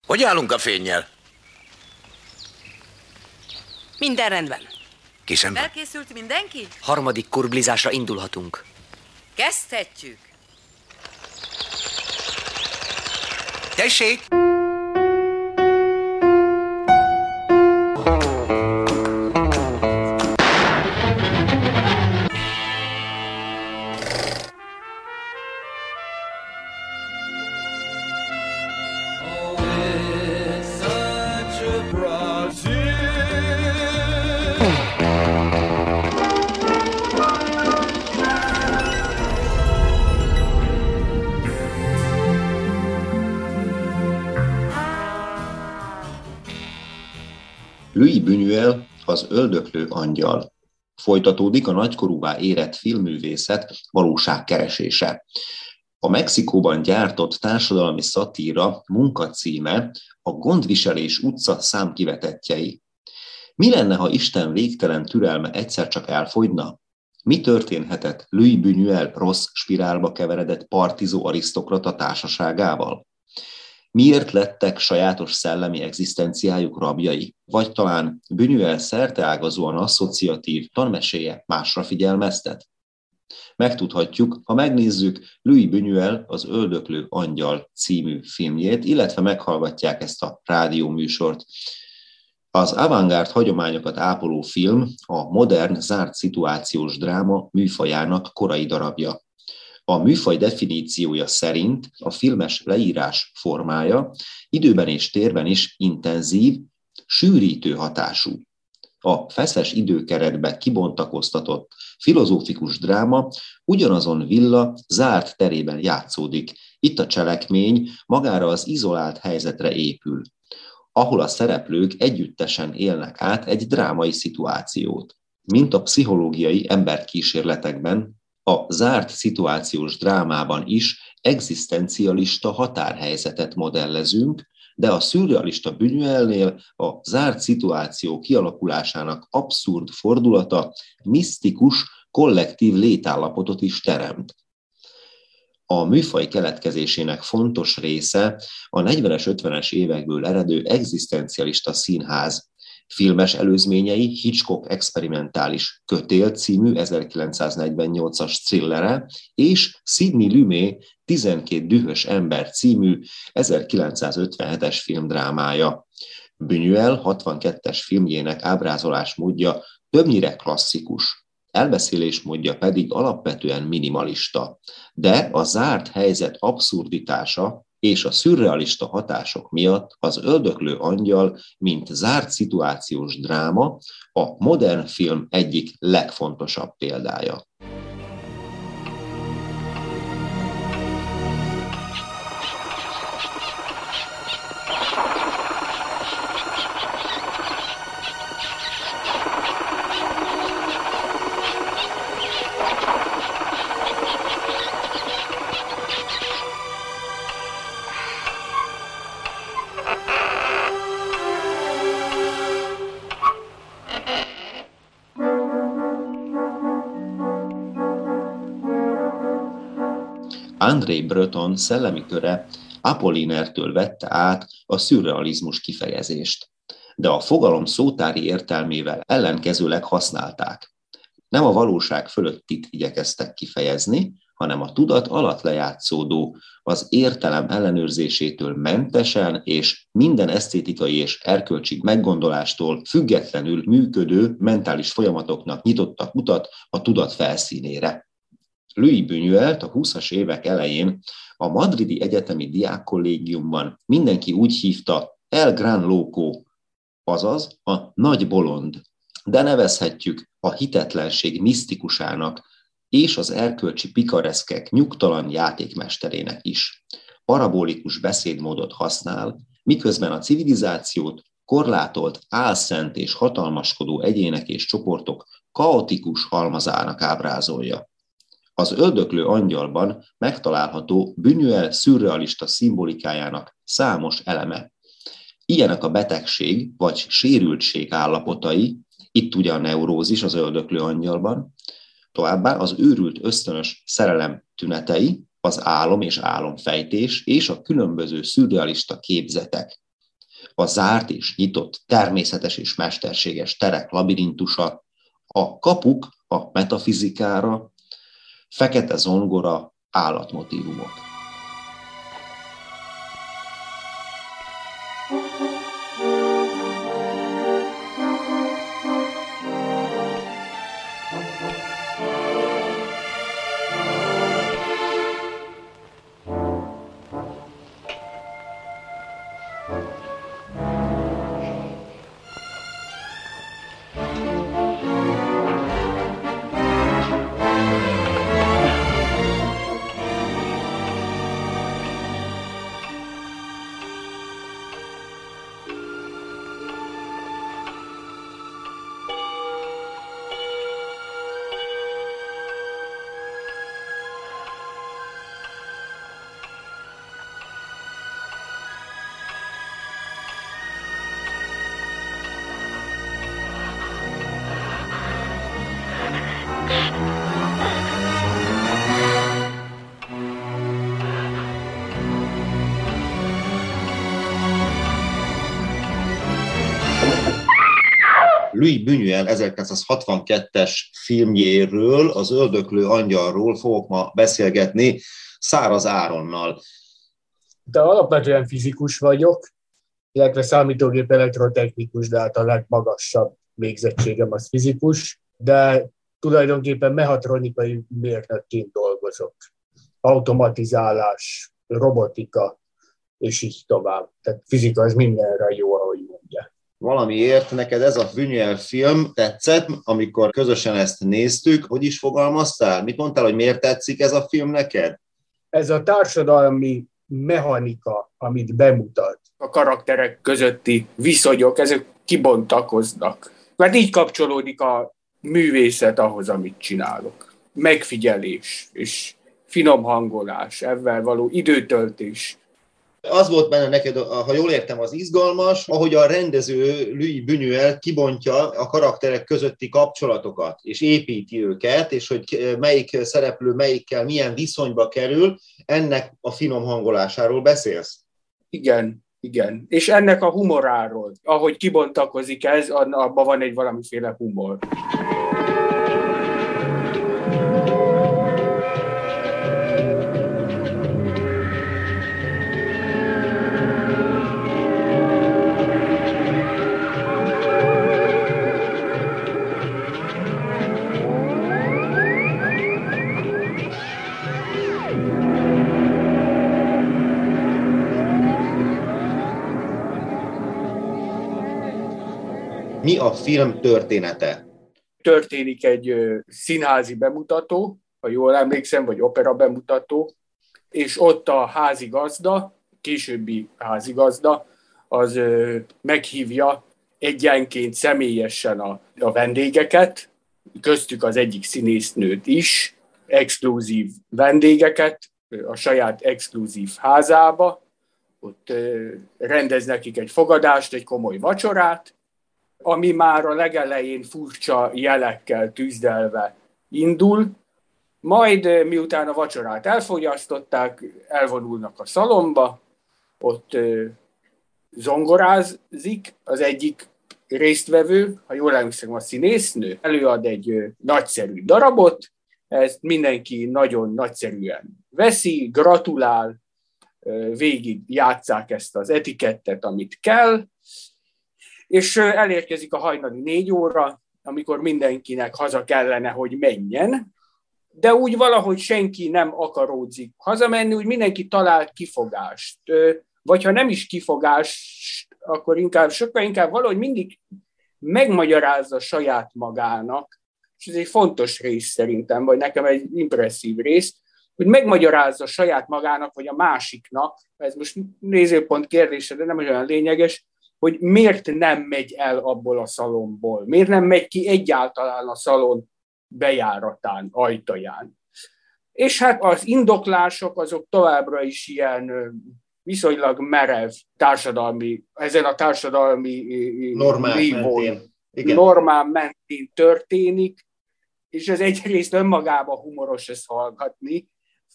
Hogy állunk a fénnyel? Minden rendben. Készen van? Felkészült mindenki? Harmadik kurblizásra indulhatunk. Kezdhetjük. Tessék! Louis Buñuel, az öldöklő angyal. Folytatódik a nagykorúvá érett filmművészet valóságkeresése. A Mexikóban gyártott társadalmi szatíra munkacíme a Gondviselés utca számkivetettjei. Mi lenne, ha Isten végtelen türelme egyszer csak elfogyna? Mi történhetett Louis Buñuel rossz spirálba keveredett partizó arisztokrata társaságával? Miért lettek sajátos szellemi egzisztenciájuk rabjai? Vagy talán Buñuel szerteágazóan asszociatív tanmeséje másra figyelmeztet? Megtudhatjuk, ha megnézzük Louis Buñuel az Öldöklő angyal című filmjét, illetve meghallgatják ezt a rádióműsort. Az avantgárd hagyományokat ápoló film a modern, zárt szituációs dráma műfajának korai darabja. A műfaj definíciója szerint a filmes leírás formája időben és térben is intenzív, sűrítő hatású. A feszes időkeretbe kibontakoztatott filozófikus dráma ugyanazon villa zárt terében játszódik. Itt a cselekmény magára az izolált helyzetre épül, ahol a szereplők együttesen élnek át egy drámai szituációt. Mint a pszichológiai emberkísérletekben, a zárt szituációs drámában is egzisztencialista határhelyzetet modellezünk, de a szürrealista Buñuelnél a zárt szituáció kialakulásának abszurd fordulata misztikus, kollektív létállapotot is teremt. A műfaj keletkezésének fontos része a 40-es, 50-es évekből eredő egzisztencialista színház. Filmes előzményei Hitchcock experimentális Kötél című 1948-as thrillere és Sidney Lumet 12 dühös ember című 1957-es filmdrámája. Buñuel 62-es filmjének ábrázolásmódja többnyire klasszikus, elbeszélésmódja pedig alapvetően minimalista, de a zárt helyzet abszurditása és a szürrealista hatások miatt az Öldöklő angyal, mint zárt szituációs dráma, a modern film egyik legfontosabb példája. André Breton szellemi köre Apollinertől vette át a szürrealizmus kifejezést, de a fogalom szótári értelmével ellenkezőleg használták. Nem a valóság fölöttit igyekeztek kifejezni, hanem a tudat alatt lejátszódó, az értelem ellenőrzésétől mentesen és minden esztétikai és erkölcsi meggondolástól függetlenül működő mentális folyamatoknak nyitottak utat a tudat felszínére. Louis Buñuelt a 20-as évek elején a madridi egyetemi diákkollégiumban mindenki úgy hívta El Gran Loco, azaz a nagy bolond, de nevezhetjük a hitetlenség misztikusának és az erkölcsi pikareszkek nyugtalan játékmesterének is. Parabolikus beszédmódot használ, miközben a civilizációt korlátolt, álszent és hatalmaskodó egyének és csoportok kaotikus halmazának ábrázolja. Az Öldöklő angyalban megtalálható Buñuel szürrealista szimbolikájának számos eleme. Ilyenek a betegség vagy sérültség állapotai, itt ugye a neurózis az Öldöklő angyalban, továbbá az őrült ösztönös szerelem tünetei, az álom és álomfejtés és a különböző szürrealista képzetek. a zárt és nyitott, természetes és mesterséges terek labirintusa, a kapuk a metafizikára, fekete zongora, állatmotívumok. Louis Buñuel 1962-es filmjéről, az Öldöklő angyalról fogok ma beszélgetni Száraz Áronnal. De alapvetően fizikus vagyok, illetve számítógép elektrotechnikus, de hát a legmagasabb végzettségem az fizikus, de tulajdonképpen mechatronikai mérnökként dolgozok. Automatizálás, robotika, és így tovább. Tehát fizika az mindenre jó, ahogy mondja. Valamiért neked ez a Buñuel film tetszett, amikor közösen ezt néztük. Hogy is fogalmaztál? Mit mondtál, hogy miért tetszik ez a film neked? Ez a társadalmi mechanika, amit bemutat, a karakterek közötti viszonyok, ezek kibontakoznak. Mert így kapcsolódik a művészet ahhoz, amit csinálok. Megfigyelés és finom hangolás, ezzel való időtöltés. Az volt benne neked, ha jól értem, az izgalmas, ahogy a rendező Louis Buñuel kibontja a karakterek közötti kapcsolatokat, és építi őket, és hogy melyik szereplő melyikkel milyen viszonyba kerül, ennek a finom hangolásáról beszélsz. Igen. És ennek a humoráról, ahogy kibontakozik ez, abban van egy valamiféle humor. Mi a film története? Történik egy színházi bemutató, ha jól emlékszem, vagy opera bemutató, és ott a házigazda, későbbi házigazda, az meghívja egyenként személyesen a vendégeket, köztük az egyik színésznőt is, exkluzív vendégeket a saját exkluzív házába, ott rendez nekik egy fogadást, egy komoly vacsorát, ami már a legelején furcsa jelekkel tűzdelve indul, majd miután a vacsorát elfogyasztották, elvonulnak a szalomba, ott zongorázik az egyik résztvevő, ha jól emlékszem, a színésznő, előad egy nagyszerű darabot, ezt mindenki nagyon nagyszerűen veszi, gratulál, végig játsszák ezt az etikettet, amit kell, és elérkezik a hajnali 4 óra, amikor mindenkinek haza kellene, hogy menjen, de úgy valahogy senki nem akaródzik hazamenni, úgy mindenki talál kifogást. Vagy ha nem is kifogást, akkor sokkal inkább valahogy mindig megmagyarázza saját magának, és ez egy fontos rész szerintem, vagy nekem egy impresszív rész, hogy megmagyarázza saját magának, vagy a másiknak, ez most nézőpont kérdése, de nem olyan lényeges, hogy miért nem megy el abból a szalomból, miért nem megy ki egyáltalán a szalon bejáratán, ajtaján. És hát az indoklások azok továbbra is ilyen viszonylag merev társadalmi, ezen a társadalmi normán mentén történik, és ez egyrészt önmagában humoros ezt hallgatni,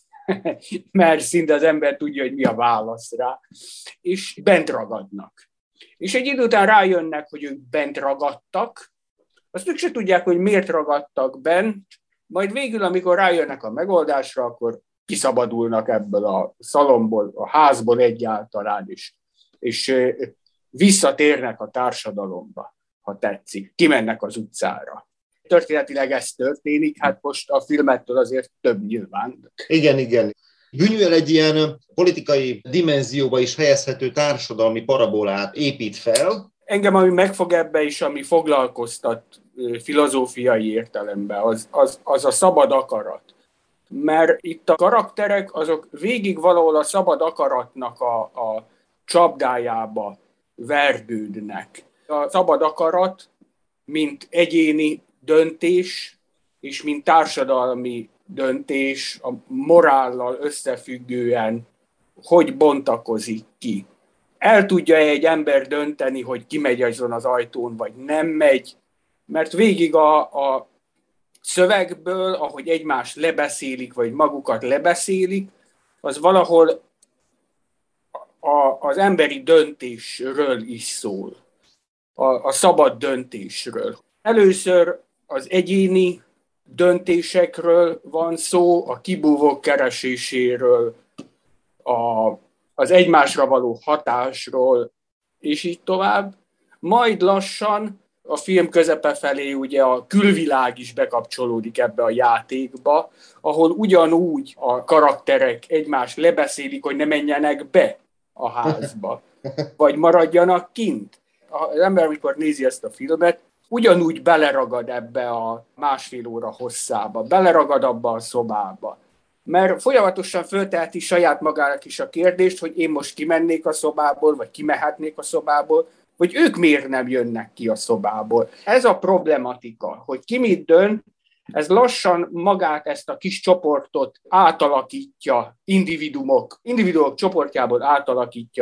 mert szinte az ember tudja, hogy mi a válasz rá, és bent ragadnak. És egy idő után rájönnek, hogy ők bent ragadtak, azt ők se tudják, hogy miért ragadtak bent, majd végül, amikor rájönnek a megoldásra, akkor kiszabadulnak ebből a szalomból, a házból egyáltalán is, és visszatérnek a társadalomba, ha tetszik, kimennek az utcára. Történetileg ez történik, hát most a filmettől azért több nyilván. Igen. Buñuel egy ilyen politikai dimenzióba is helyezhető társadalmi parabolát épít fel. Engem, ami megfog ebbe is, ami foglalkoztat filozófiai értelemben, az a szabad akarat. Mert itt a karakterek, azok végig valahol a szabad akaratnak a csapdájába verdődnek. A szabad akarat, mint egyéni döntés, és mint társadalmi döntés, a morállal összefüggően, hogy bontakozik ki. El tudja egy ember dönteni, hogy kimegy azon az ajtón, vagy nem megy, mert végig a szövegből, ahogy egymást lebeszélik, vagy magukat lebeszélik, az valahol az emberi döntésről is szól, a szabad döntésről. Először az egyéni döntésekről van szó, a kibúvók kereséséről, az egymásra való hatásról, és így tovább. Majd lassan a film közepe felé ugye a külvilág is bekapcsolódik ebbe a játékba, ahol ugyanúgy a karakterek egymást lebeszélik, hogy ne menjenek be a házba, vagy maradjanak kint. Az ember, amikor nézi ezt a filmet, ugyanúgy beleragad ebbe a másfél óra hosszába, beleragad abba a szobába. Mert folyamatosan fölteheti saját magának is a kérdést, hogy én most kimennék a szobából, vagy kimehetnék a szobából, hogy ők miért nem jönnek ki a szobából. Ez a problematika, hogy ki mit dönt, ez lassan magát, ezt a kis csoportot átalakítja, individuumok csoportjából átalakítja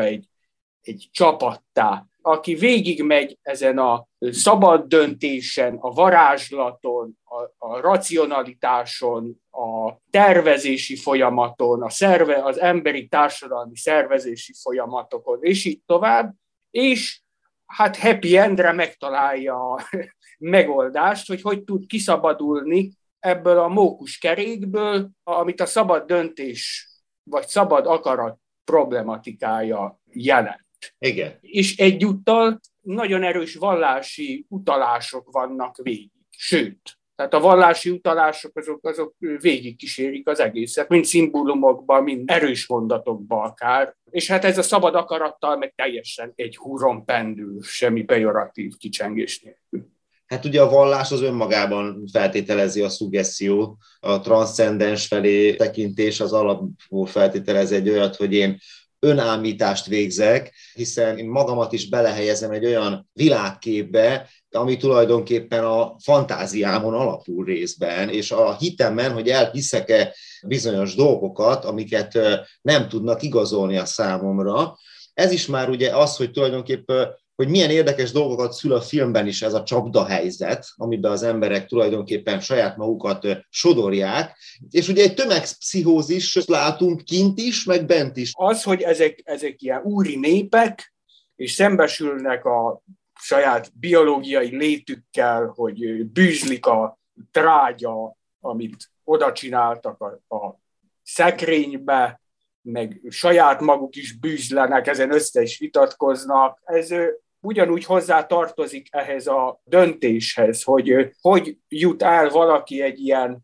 egy csapattá, aki végigmegy ezen a szabad döntésen, a varázslaton, a racionalitáson, a tervezési folyamaton, az emberi társadalmi szervezési folyamatokon, és így tovább, és hát happy endre megtalálja a megoldást, hogy tud kiszabadulni ebből a mókuskerékből, amit a szabad döntés vagy szabad akarat problematikája jelent. Igen. És egyúttal nagyon erős vallási utalások vannak végig. Sőt, tehát a vallási utalások azok végig kísérik az egészet, mind szimbólumokban, mind erős mondatokban akár. És hát ez a szabad akarattal meg teljesen egy húron pendül, semmi pejoratív kicsengés nélkül. Hát ugye a vallás az önmagában feltételezi a szuggessziót, a transzcendens felé tekintés az alapból feltételez egy olyat, hogy én önállítást végzek, hiszen én magamat is belehelyezem egy olyan világképbe, ami tulajdonképpen a fantáziámon alapul részben, és a hitemben, hogy elhiszek-e bizonyos dolgokat, amiket nem tudnak igazolni a számomra. Ez is már ugye az, hogy tulajdonképpen hogy milyen érdekes dolgokat szül a filmben is ez a csapdahelyzet, amiben az emberek tulajdonképpen saját magukat sodorják, és ugye egy tömegpszichózis látunk kint is, meg bent is. Az, hogy ezek ilyen úri népek, és szembesülnek a saját biológiai létükkel, hogy bűzlik a trágya, amit oda csináltak a szekrénybe, meg saját maguk is bűzlenek, ezen össze is vitatkoznak. Ez ugyanúgy hozzá tartozik ehhez a döntéshez, hogy jut el valaki egy ilyen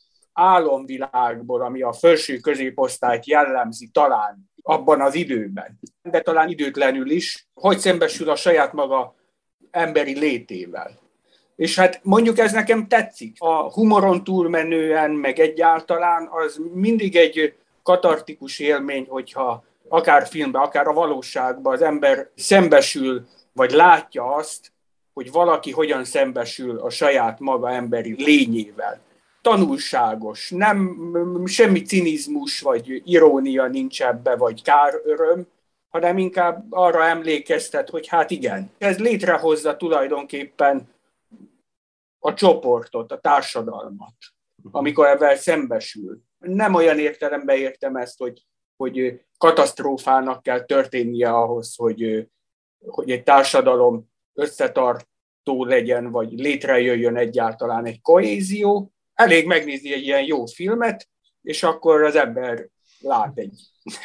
álomvilágból, ami a felső középosztályt jellemzi talán abban az időben, de talán időtlenül is, hogy szembesül a saját maga emberi létével. És hát mondjuk ez nekem tetszik. A humoron túlmenően, meg egyáltalán az mindig egy katartikus élmény, hogyha akár filmben, akár a valóságban az ember szembesül, vagy látja azt, hogy valaki hogyan szembesül a saját maga emberi lényével. Tanulságos, semmi cinizmus, vagy irónia nincs ebbe, vagy káröröm, hanem inkább arra emlékeztet, hogy hát igen, ez létrehozza tulajdonképpen a csoportot, a társadalmat, amikor ebben szembesül. Nem olyan értelemben értem ezt, hogy katasztrófának kell történnie ahhoz, hogy hogy egy társadalom összetartó legyen, vagy létrejöjjön egyáltalán egy kohézió. Elég megnézni egy ilyen jó filmet, és akkor az ember lát egy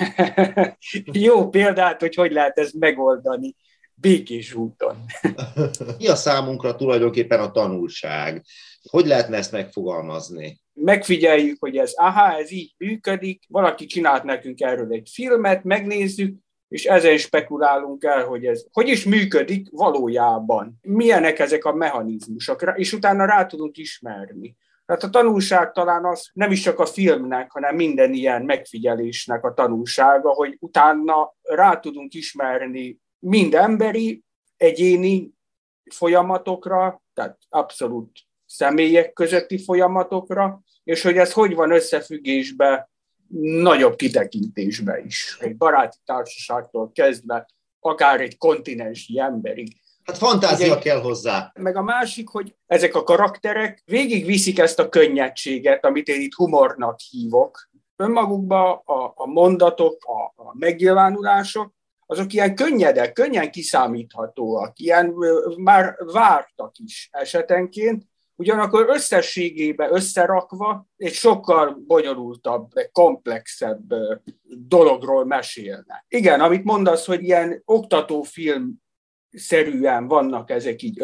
jó példát, hogy lehet ezt megoldani békés úton. Mi a számunkra tulajdonképpen a tanulság? Hogy lehetne ezt megfogalmazni? Megfigyeljük, hogy ez így működik, valaki csinált nekünk erről egy filmet, megnézzük, és ezen spekulálunk el, hogy ez hogy is működik valójában. Milyenek ezek a mechanizmusok, és utána rá tudunk ismerni. Tehát a tanulság talán az nem is csak a filmnek, hanem minden ilyen megfigyelésnek a tanulsága, hogy utána rá tudunk ismerni mind emberi, egyéni folyamatokra, tehát abszolút személyek közötti folyamatokra, és hogy ez hogy van összefüggésben nagyobb kitekintésbe is. Egy baráti társaságtól kezdve, akár egy kontinensi emberig. Hát fantázia kell hozzá. Meg a másik, hogy ezek a karakterek végigviszik ezt a könnyedséget, amit én itt humornak hívok. Önmagukban a mondatok, a megnyilvánulások, azok ilyen könnyedek, könnyen kiszámíthatóak, ilyen már vártak is esetenként, ugyanakkor összességében összerakva egy sokkal bonyolultabb, komplexebb dologról mesélnek. Igen, amit mondasz, hogy ilyen oktatófilm-szerűen vannak ezek így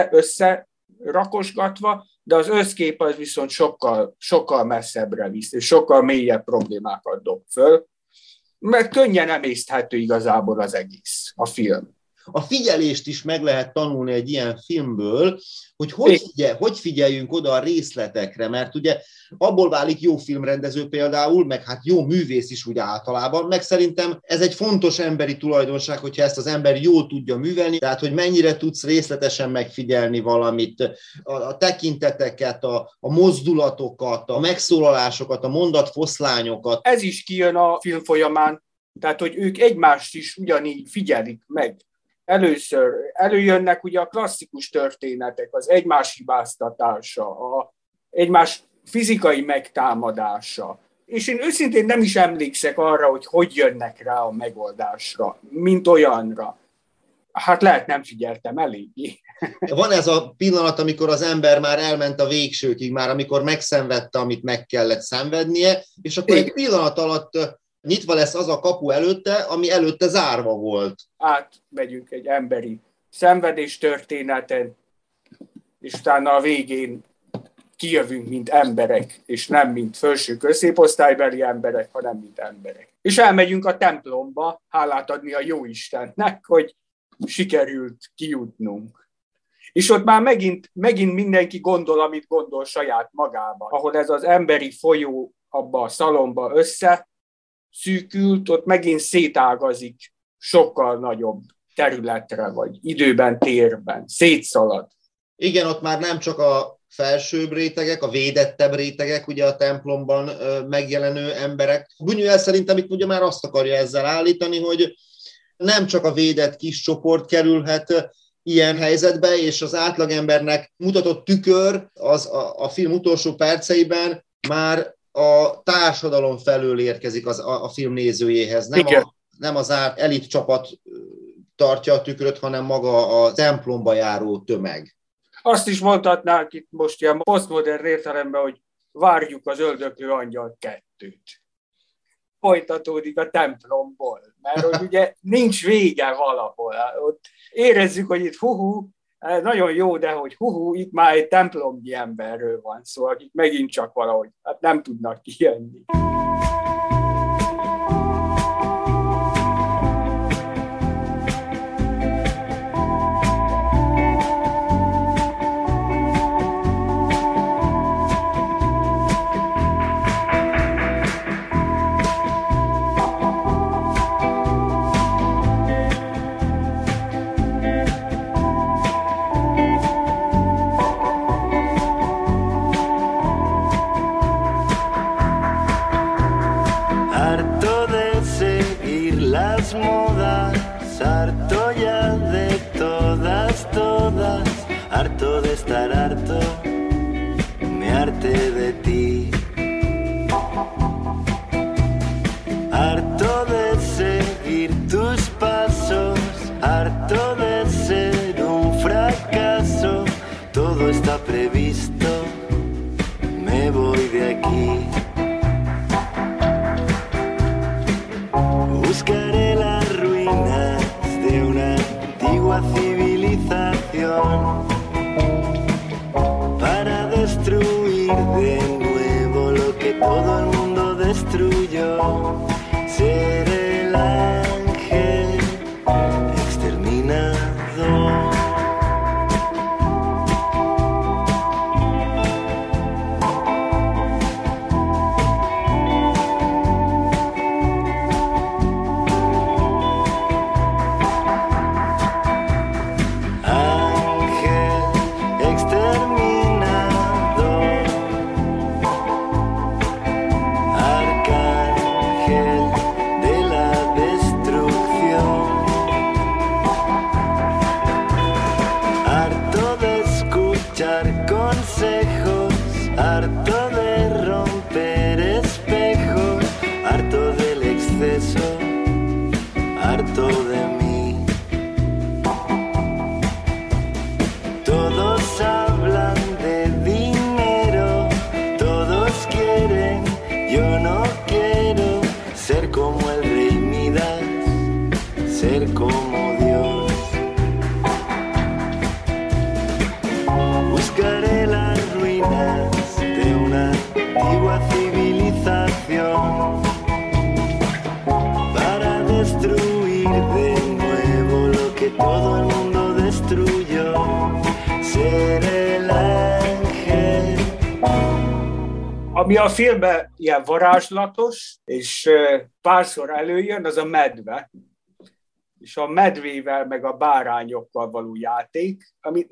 összerakosgatva, de az összkép az viszont sokkal messzebbre visz, és sokkal mélyebb problémákat dob föl, mert könnyen emészthető igazából az egész, a film. A figyelést is meg lehet tanulni egy ilyen filmből, hogy figyeljünk oda a részletekre, mert ugye abból válik jó filmrendező például, meg hát jó művész is úgy általában, meg szerintem ez egy fontos emberi tulajdonság, hogyha ezt az ember jól tudja művelni, tehát hogy mennyire tudsz részletesen megfigyelni valamit, a tekinteteket, a mozdulatokat, a megszólalásokat, a mondatfoszlányokat. Ez is kijön a film folyamán, tehát hogy ők egymást is ugyanígy figyelik meg. Először előjönnek ugye a klasszikus történetek, az egymás hibáztatása, egymás fizikai megtámadása. És én őszintén nem is emlékszek arra, hogy jönnek rá a megoldásra, mint olyanra. Hát lehet nem figyeltem eléggé. Van ez a pillanat, amikor az ember már elment a végsőkig, már amikor megszenvedte, amit meg kellett szenvednie, és akkor egy pillanat alatt nyitva lesz az a kapu előtte, ami előtte zárva volt. Átmegyünk egy emberi szenvedés történeten, és utána a végén kijövünk, mint emberek, és nem mint felső középosztálybeli emberek, hanem mint emberek. És elmegyünk a templomba, hálát adni a Jóistennek, hogy sikerült kijutnunk. És ott már megint mindenki gondol, amit gondol saját magában. Ahol ez az emberi folyó abba a szalomba szűkült, ott megint szétágazik sokkal nagyobb területre, vagy időben, térben, szétszalad. Igen, ott már nem csak a felsőbb rétegek, a védettebb rétegek, ugye a templomban megjelenő emberek. Buñuel szerintem itt ugye már azt akarja ezzel állítani, hogy nem csak a védett kis csoport kerülhet ilyen helyzetbe, és az átlagembernek mutatott tükör az a film utolsó perceiben már a társadalom felől érkezik a film nézőjéhez. Nem az elit csapat tartja a tükröt, hanem maga a templomba járó tömeg. Azt is mondhatnánk itt most ilyen posztmodern értelemben, hogy várjuk az Öldöklő Angyal 2-t. Folytatódik a templomból, mert hogy ugye nincs vége valahol. Ott érezzük, hogy itt nagyon jó, de hogy itt már egy templomnyi emberről van szó, akik megint csak valahogy nem tudnak kijönni. está previsto, me voy de aquí. Buscaré las ruinas de una antigua civilización para destruir de nuevo lo que todo el mundo destruyó. Ser el ángel exterminador. Consejos, harto de romper espejos, harto del exceso, harto de mí. Todos hablan de dinero, todos quieren, yo no quiero ser como el rey Midas, ser como Dios. Buscaré las ruinas de una antigua civilización para destruir de nuevo lo que todo el mundo destruyó. Ser el ángel. Ami a filmben ilyen varázslatos, és párszor előjön, az a medve. És a medvével, meg a bárányokkal való játék, amit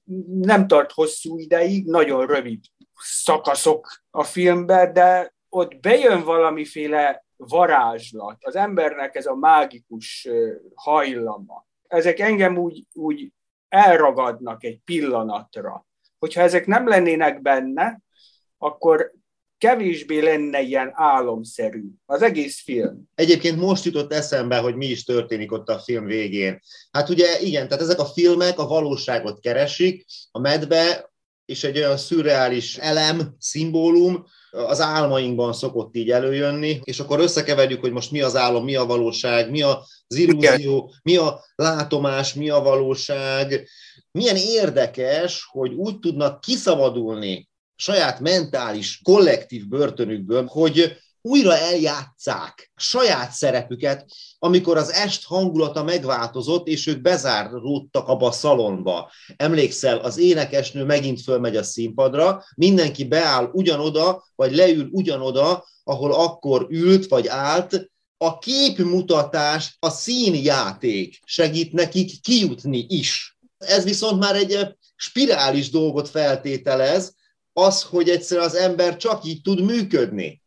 nem tart hosszú ideig, nagyon rövid szakaszok a filmben, de ott bejön valamiféle varázslat. Az embernek ez a mágikus hajlama. Ezek engem úgy elragadnak egy pillanatra. Hogyha ezek nem lennének benne, akkor kevésbé lenne ilyen álomszerű az egész film. Egyébként most jutott eszembe, hogy mi is történik ott a film végén. Hát ugye igen, tehát ezek a filmek a valóságot keresik, a medve és egy olyan szürreális elem, szimbólum, az álmainkban szokott így előjönni, és akkor összekeverjük, hogy most mi az álom, mi a valóság, mi az illúzió, mi a látomás, mi a valóság. Milyen érdekes, hogy úgy tudnak kiszabadulni saját mentális, kollektív börtönükből, hogy újra eljátsszák saját szerepüket, amikor az est hangulata megváltozott, és ők bezáródtak abba a szalonba. Emlékszel, az énekesnő megint fölmegy a színpadra, mindenki beáll ugyanoda, vagy leül ugyanoda, ahol akkor ült, vagy állt. A képmutatás, a színjáték segít nekik kijutni is. Ez viszont már egy spirális dolgot feltételez, az, hogy egyszerűen az ember csak így tud működni.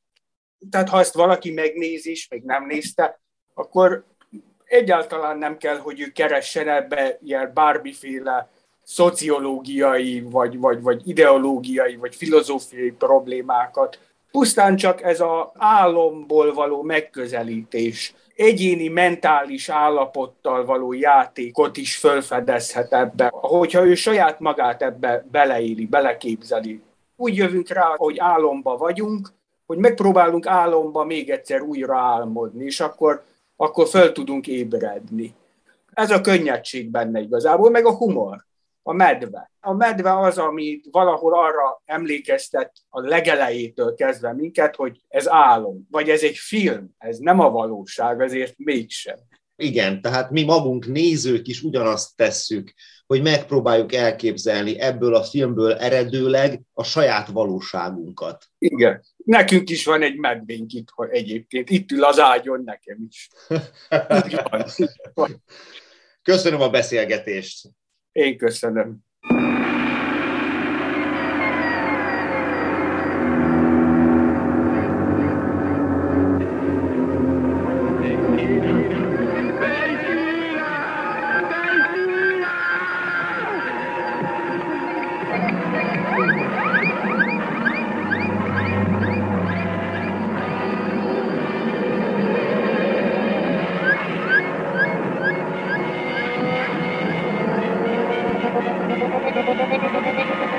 Tehát ha ezt valaki megnézi és még nem nézte, akkor egyáltalán nem kell, hogy ő keressen ebbe ilyen bármiféle szociológiai, vagy ideológiai, vagy filozófiai problémákat. Pusztán csak ez az álomból való megközelítés, egyéni mentális állapottal való játékot is felfedezhet ebbe, hogyha ő saját magát ebbe beleéli, beleképzeli. Úgy jövünk rá, hogy álomba vagyunk, hogy megpróbálunk álomba még egyszer újra álmodni, és akkor föl tudunk ébredni. Ez a könnyedség benne igazából, meg a humor, a medve. A medve az, ami valahol arra emlékeztet a legelejétől kezdve minket, hogy ez álom, vagy ez egy film, ez nem a valóság, ezért mégsem. Igen, tehát mi magunk nézők is ugyanazt tesszük, hogy megpróbáljuk elképzelni ebből a filmből eredőleg a saját valóságunkat. Igen. Nekünk is van egy medvénk itt egyébként. Itt ül az ágyon nekem is. Köszönöm a beszélgetést. Én köszönöm. Thank you.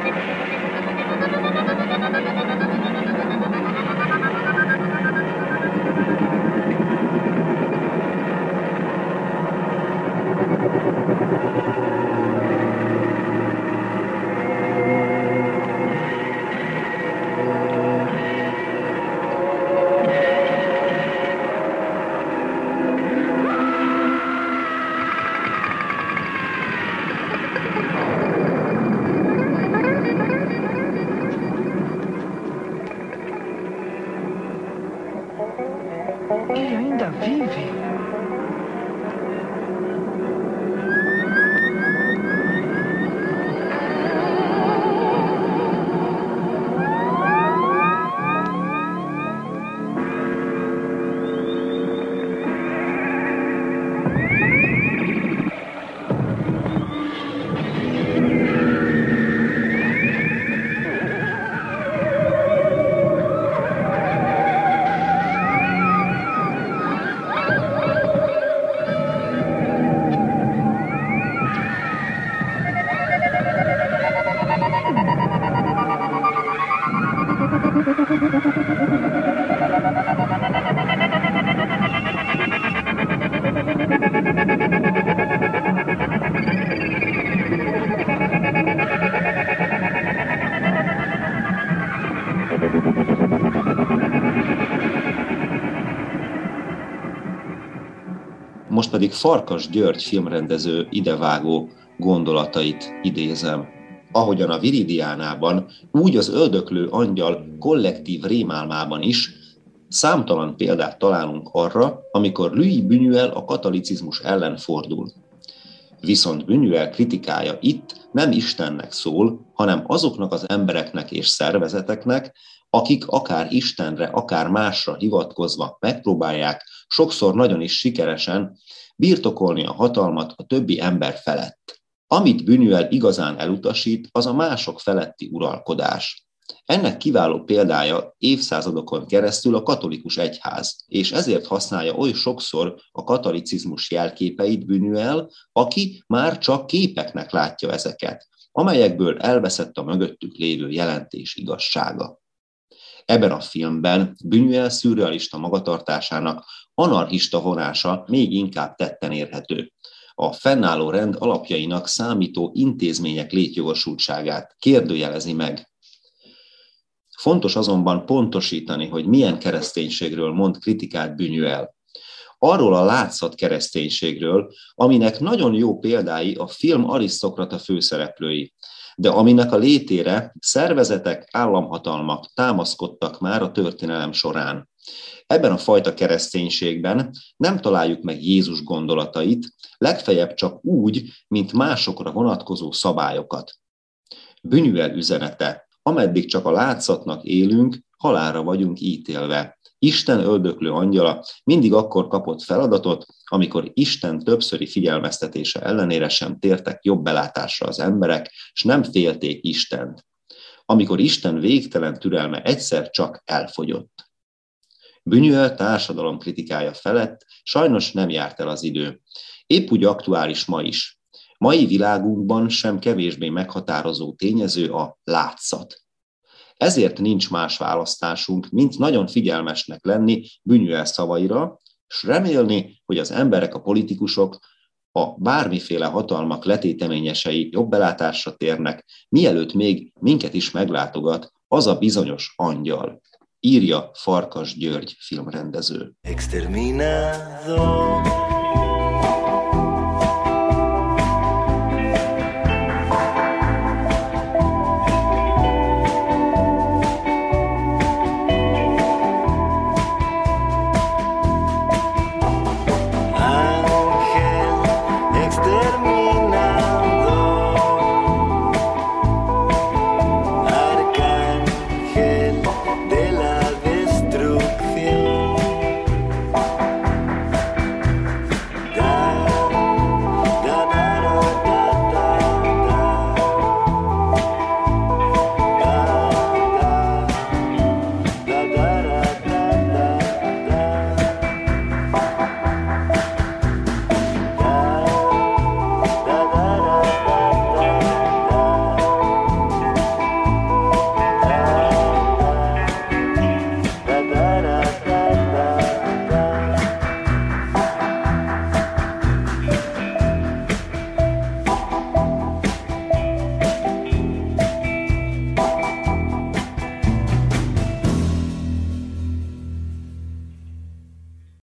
még Farkas György filmrendező idevágó gondolatait idézem. Ahogyan a Viridiánában, úgy az Öldöklő angyal kollektív rémálmában is számtalan példát találunk arra, amikor Louis Buñuel a katolicizmus ellen fordul. Viszont Buñuel kritikája itt nem Istennek szól, hanem azoknak az embereknek és szervezeteknek, akik akár Istenre, akár másra hivatkozva megpróbálják, sokszor nagyon is sikeresen birtokolni a hatalmat a többi ember felett. Amit Buñuel igazán elutasít, az a mások feletti uralkodás. Ennek kiváló példája évszázadokon keresztül a katolikus egyház, és ezért használja oly sokszor a katolicizmus jelképeit Buñuel, aki már csak képeknek látja ezeket, amelyekből elveszett a mögöttük lévő jelentés igazsága. Ebben a filmben Buñuel szürrealista magatartásának anarchista vonása még inkább tetten érhető. A fennálló rend alapjainak számító intézmények létjogosultságát kérdőjelezi meg. Fontos azonban pontosítani, hogy milyen kereszténységről mond kritikát Buñuel. Arról a látszat kereszténységről, aminek nagyon jó példái a film arisztokrata főszereplői, de aminek a létére szervezetek, államhatalmak támaszkodtak már a történelem során. Ebben a fajta kereszténységben nem találjuk meg Jézus gondolatait, legfeljebb csak úgy, mint másokra vonatkozó szabályokat. Buñuel üzenete: ameddig csak a látszatnak élünk, halálra vagyunk ítélve. Isten öldöklő angyala mindig akkor kapott feladatot, amikor Isten többszöri figyelmeztetése ellenére sem tértek jobb belátásra az emberek, s nem félték Istent. Amikor Isten végtelen türelme egyszer csak elfogyott. Buñuel társadalom kritikája felett sajnos nem járt el az idő. Épp úgy aktuális ma is. Mai világunkban sem kevésbé meghatározó tényező a látszat. Ezért nincs más választásunk, mint nagyon figyelmesnek lenni Buñuel szavaira, s remélni, hogy az emberek, a politikusok, a bármiféle hatalmak letéteményesei jobb belátásra térnek, mielőtt még minket is meglátogat az a bizonyos angyal, írja Farkas György filmrendező. Exterminado.